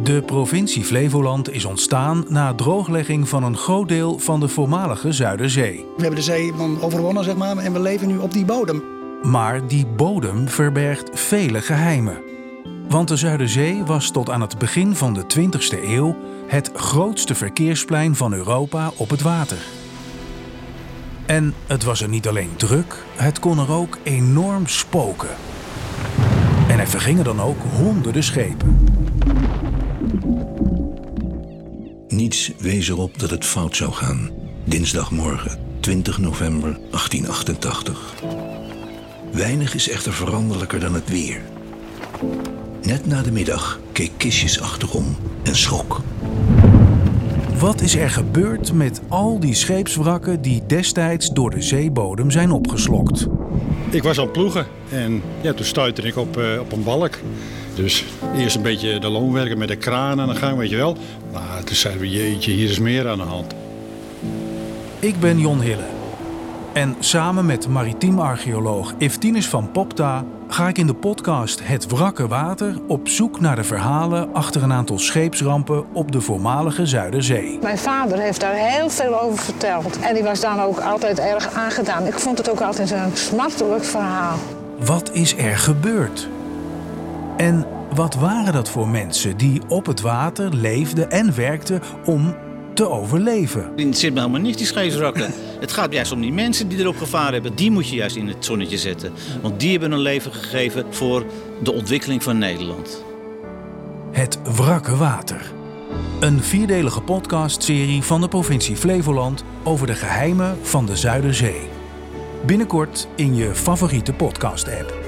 De provincie Flevoland is ontstaan na drooglegging van een groot deel van de voormalige Zuiderzee. We hebben de zee overwonnen, zeg maar, en we leven nu op die bodem. Maar die bodem verbergt vele geheimen. Want de Zuiderzee was tot aan het begin van de 20e eeuw het grootste verkeersplein van Europa op het water. En het was er niet alleen druk, het kon er ook enorm spoken. En er vergingen dan ook honderden schepen. Niets wees erop dat het fout zou gaan. Dinsdagmorgen, 20 november 1888. Weinig is echter veranderlijker dan het weer. Net na de middag keek Kistjes achterom en schrok. Wat is er gebeurd met al die scheepswrakken die destijds door de zeebodem zijn opgeslokt? Ik was aan het ploegen en toen stuitte ik op een balk. Dus eerst een beetje de loonwerken met de kraan aan de gang, weet je wel. Maar toen zeiden we, jeetje, hier is meer aan de hand. Ik ben Jon Hille. En samen met maritiem archeoloog Eftinus van Popta ga ik in de podcast Het Wrakke Water op zoek naar de verhalen achter een aantal scheepsrampen op de voormalige Zuiderzee. Mijn vader heeft daar heel veel over verteld. En die was dan ook altijd erg aangedaan. Ik vond het ook altijd een smartelijk verhaal. Wat is er gebeurd? En wat waren dat voor mensen die op het water leefden en werkten om te overleven? Het zit me helemaal niet, die scheepswrakken. Het gaat juist om die mensen die erop gevaren hebben. Die moet je juist in het zonnetje zetten. Want die hebben hun leven gegeven voor de ontwikkeling van Nederland. Het Wrakke Water. Een 4-delige podcastserie van de provincie Flevoland over de geheimen van de Zuiderzee. Binnenkort in je favoriete podcast-app.